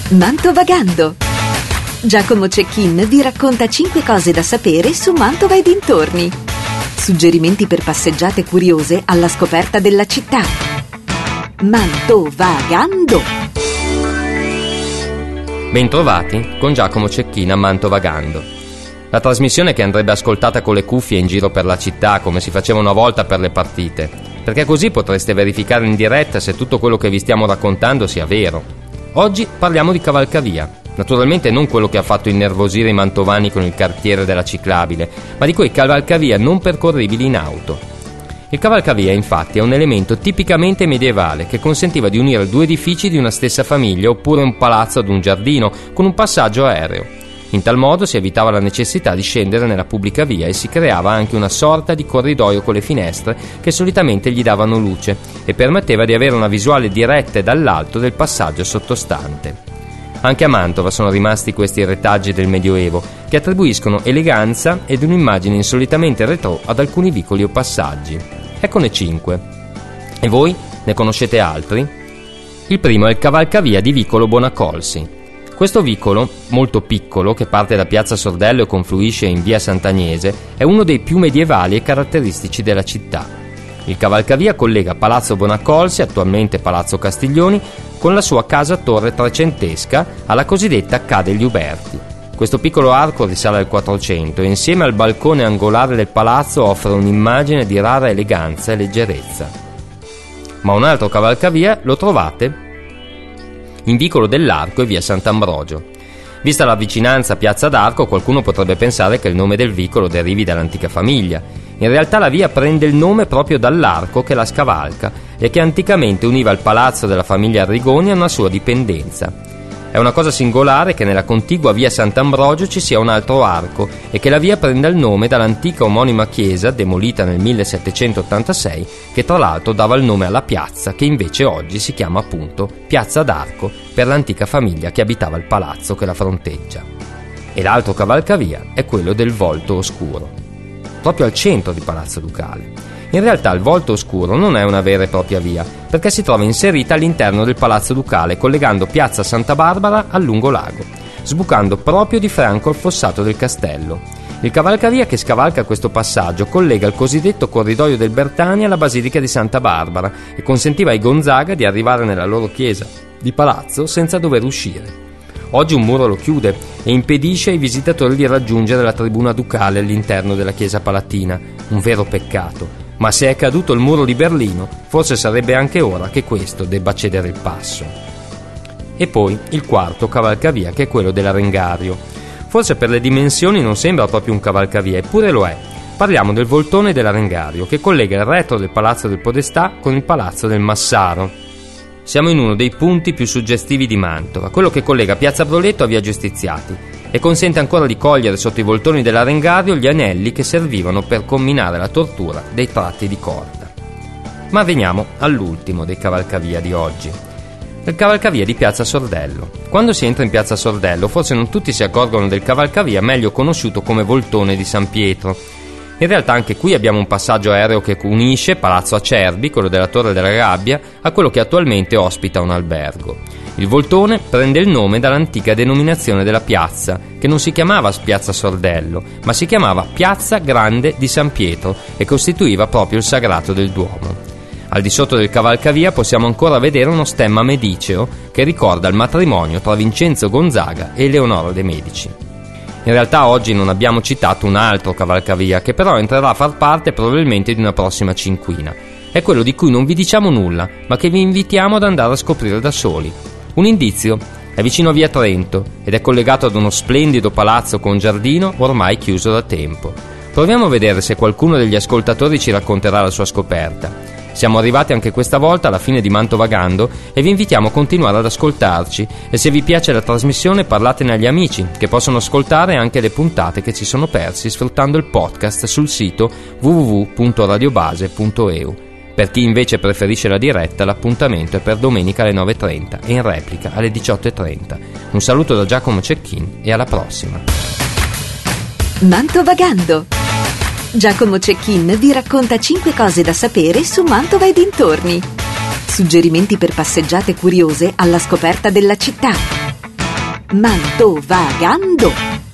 Mantovagando. Giacomo Cecchin vi racconta 5 cose da sapere su Mantova e dintorni. Suggerimenti per passeggiate curiose alla scoperta della città. Mantovagando. Bentrovati con Giacomo Cecchin a Mantovagando. La trasmissione che andrebbe ascoltata con le cuffie in giro per la città, come si faceva una volta per le partite, perché così potreste verificare in diretta se tutto quello che vi stiamo raccontando sia vero. Oggi parliamo di cavalcavia. Naturalmente non quello che ha fatto innervosire i mantovani con il quartiere della ciclabile, ma di quei cavalcavia non percorribili in auto. Il cavalcavia, infatti, è un elemento tipicamente medievale che consentiva di unire due edifici di una stessa famiglia oppure un palazzo ad un giardino con un passaggio aereo. In tal modo si evitava la necessità di scendere nella pubblica via e si creava anche una sorta di corridoio con le finestre che solitamente gli davano luce e permetteva di avere una visuale diretta dall'alto del passaggio sottostante. Anche a Mantova sono rimasti questi retaggi del Medioevo che attribuiscono eleganza ed un'immagine insolitamente retro ad alcuni vicoli o passaggi. Eccone 5. E voi ne conoscete altri? Il primo è il cavalcavia di Vicolo Bonacolsi. Questo vicolo, molto piccolo, che parte da Piazza Sordello e confluisce in via Sant'Agnese, è uno dei più medievali e caratteristici della città. Il cavalcavia collega Palazzo Bonacolsi, attualmente Palazzo Castiglioni, con la sua casa-torre trecentesca alla cosiddetta Ca' degli Uberti. Questo piccolo arco risale al 400 e insieme al balcone angolare del palazzo offre un'immagine di rara eleganza e leggerezza. Ma un altro cavalcavia lo trovate in Vicolo dell'Arco e via Sant'Ambrogio. Vista la vicinanza a Piazza d'Arco, qualcuno potrebbe pensare che il nome del vicolo derivi dall'antica famiglia. In realtà la via prende il nome proprio dall'arco che la scavalca e che anticamente univa il palazzo della famiglia Arrigoni a una sua dipendenza. È una cosa singolare che nella contigua via Sant'Ambrogio ci sia un altro arco e che la via prenda il nome dall'antica omonima chiesa demolita nel 1786, che tra l'altro dava il nome alla piazza, che invece oggi si chiama appunto Piazza d'Arco per l'antica famiglia che abitava il palazzo che la fronteggia. E l'altro cavalcavia è quello del Volto Oscuro, proprio al centro di Palazzo Ducale. In realtà il Volto Oscuro non è una vera e propria via, perché si trova inserita all'interno del Palazzo Ducale, collegando Piazza Santa Barbara al lungolago, sbucando proprio di fianco al fossato del castello. Il cavalcavia che scavalca questo passaggio collega il cosiddetto corridoio del Bertani alla Basilica di Santa Barbara e consentiva ai Gonzaga di arrivare nella loro chiesa di palazzo senza dover uscire. Oggi un muro lo chiude e impedisce ai visitatori di raggiungere la tribuna ducale all'interno della chiesa palatina, un vero peccato. Ma se è caduto il muro di Berlino, forse sarebbe anche ora che questo debba cedere il passo. E poi il quarto cavalcavia, che è quello dell'Arengario. Forse per le dimensioni non sembra proprio un cavalcavia, eppure lo è. Parliamo del voltone dell'Arengario, che collega il retro del Palazzo del Podestà con il Palazzo del Massaro. Siamo in uno dei punti più suggestivi di Mantova, quello che collega Piazza Broletto a via Giustiziati, e consente ancora di cogliere sotto i voltoni dell'Arengario gli anelli che servivano per comminare la tortura dei tratti di corda. Ma veniamo all'ultimo dei cavalcavia di oggi, il cavalcavia di Piazza Sordello. Quando si entra in Piazza Sordello forse non tutti si accorgono del cavalcavia meglio conosciuto come Voltone di San Pietro. In realtà anche qui abbiamo un passaggio aereo che unisce Palazzo Acerbi, quello della Torre della Gabbia, a quello che attualmente ospita un albergo. Il voltone prende il nome dall'antica denominazione della piazza, che non si chiamava Piazza Sordello, ma si chiamava Piazza Grande di San Pietro e costituiva proprio il sagrato del Duomo. Al di sotto del cavalcavia possiamo ancora vedere uno stemma mediceo che ricorda il matrimonio tra Vincenzo Gonzaga e Eleonora de' Medici. In realtà oggi non abbiamo citato un altro cavalcavia che però entrerà a far parte probabilmente di una prossima cinquina. È quello di cui non vi diciamo nulla, ma che vi invitiamo ad andare a scoprire da soli. Un indizio: è vicino a via Trento ed è collegato ad uno splendido palazzo con giardino ormai chiuso da tempo. Proviamo a vedere se qualcuno degli ascoltatori ci racconterà la sua scoperta. Siamo arrivati anche questa volta alla fine di Mantovagando e vi invitiamo a continuare ad ascoltarci, e se vi piace la trasmissione parlatene agli amici che possono ascoltare anche le puntate che si sono persi sfruttando il podcast sul sito www.radiobase.eu. Per chi invece preferisce la diretta, l'appuntamento è per domenica alle 9:30 e in replica alle 18:30. Un saluto da Giacomo Cecchin e alla prossima. Mantovagando. Giacomo Cecchin vi racconta 5 cose da sapere su Mantova e dintorni. Suggerimenti per passeggiate curiose alla scoperta della città. Mantovagando.